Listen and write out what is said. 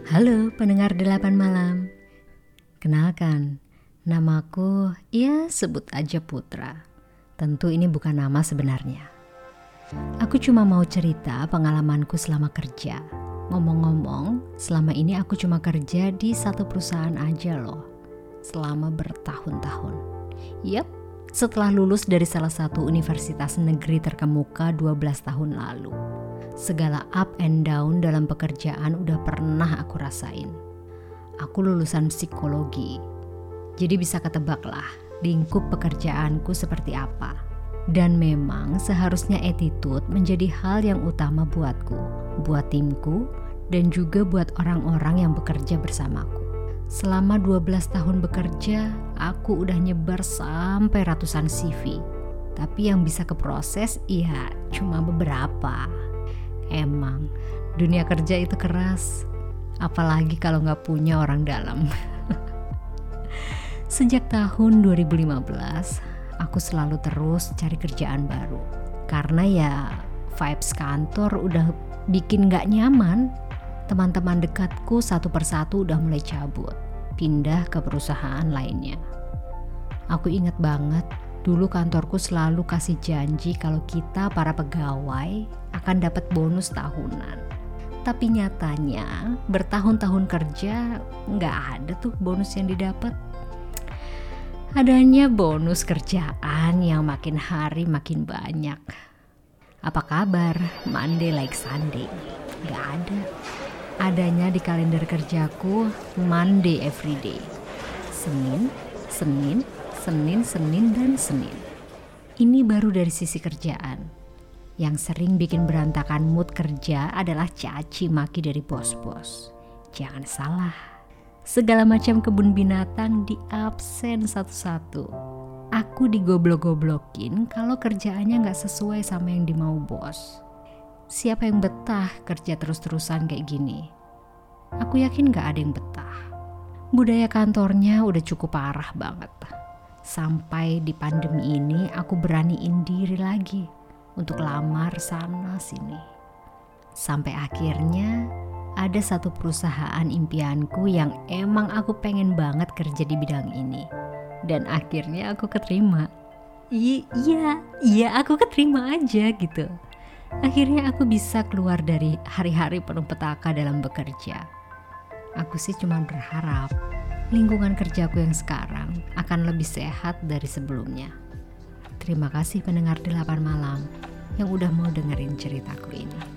Halo pendengar 8 malam. Kenalkan, namaku sebut aja Putra. Tentu ini bukan nama sebenarnya. Aku cuma mau cerita pengalamanku selama kerja. Ngomong-ngomong, selama ini aku cuma kerja di satu perusahaan aja loh. Selama bertahun-tahun. Yap, setelah lulus dari salah satu universitas negeri terkemuka 12 tahun lalu. Segala up and down dalam pekerjaan udah pernah aku rasain. Aku lulusan psikologi, jadi bisa ketebak lah lingkup pekerjaanku seperti apa. Dan memang seharusnya attitude menjadi hal yang utama buatku, buat timku, dan juga buat orang-orang yang bekerja bersamaku. Selama 12 tahun bekerja, aku udah nyebar sampai ratusan CV. Tapi yang bisa keproses cuma beberapa. Emang dunia kerja itu keras, apalagi kalau gak punya orang dalam. Sejak tahun 2015, aku selalu terus cari kerjaan baru. Karena vibes kantor udah bikin gak nyaman. Teman-teman dekatku satu persatu udah mulai cabut, pindah ke perusahaan lainnya. Aku ingat banget, dulu kantorku selalu kasih janji kalau kita para pegawai akan dapat bonus tahunan. Tapi nyatanya bertahun-tahun kerja nggak ada tuh bonus yang didapat. Adanya bonus kerjaan yang makin hari makin banyak. Apa kabar? Monday like Sunday. Nggak ada. Adanya di kalender kerjaku Monday everyday. Senin, dan Senin. Ini baru dari sisi kerjaan. Yang sering bikin berantakan mood kerja adalah caci maki dari bos-bos. Jangan salah, segala macam kebun binatang di absen satu-satu. Aku digoblok-goblokin kalau kerjaannya gak sesuai sama yang dimau bos. Siapa yang betah kerja terus-terusan kayak gini? Aku yakin gak ada yang betah. Budaya kantornya udah cukup parah banget. Sampai di pandemi ini aku beraniin diri lagi untuk lamar sana sini. Sampai akhirnya ada satu perusahaan impianku yang emang aku pengen banget kerja di bidang ini. Dan akhirnya aku keterima. Iya aku keterima aja gitu. Akhirnya aku bisa keluar dari hari-hari penuh petaka dalam bekerja. Aku sih cuma berharap lingkungan kerjaku yang sekarang akan lebih sehat dari sebelumnya. Terima kasih pendengar 8 malam yang udah mau dengerin ceritaku ini.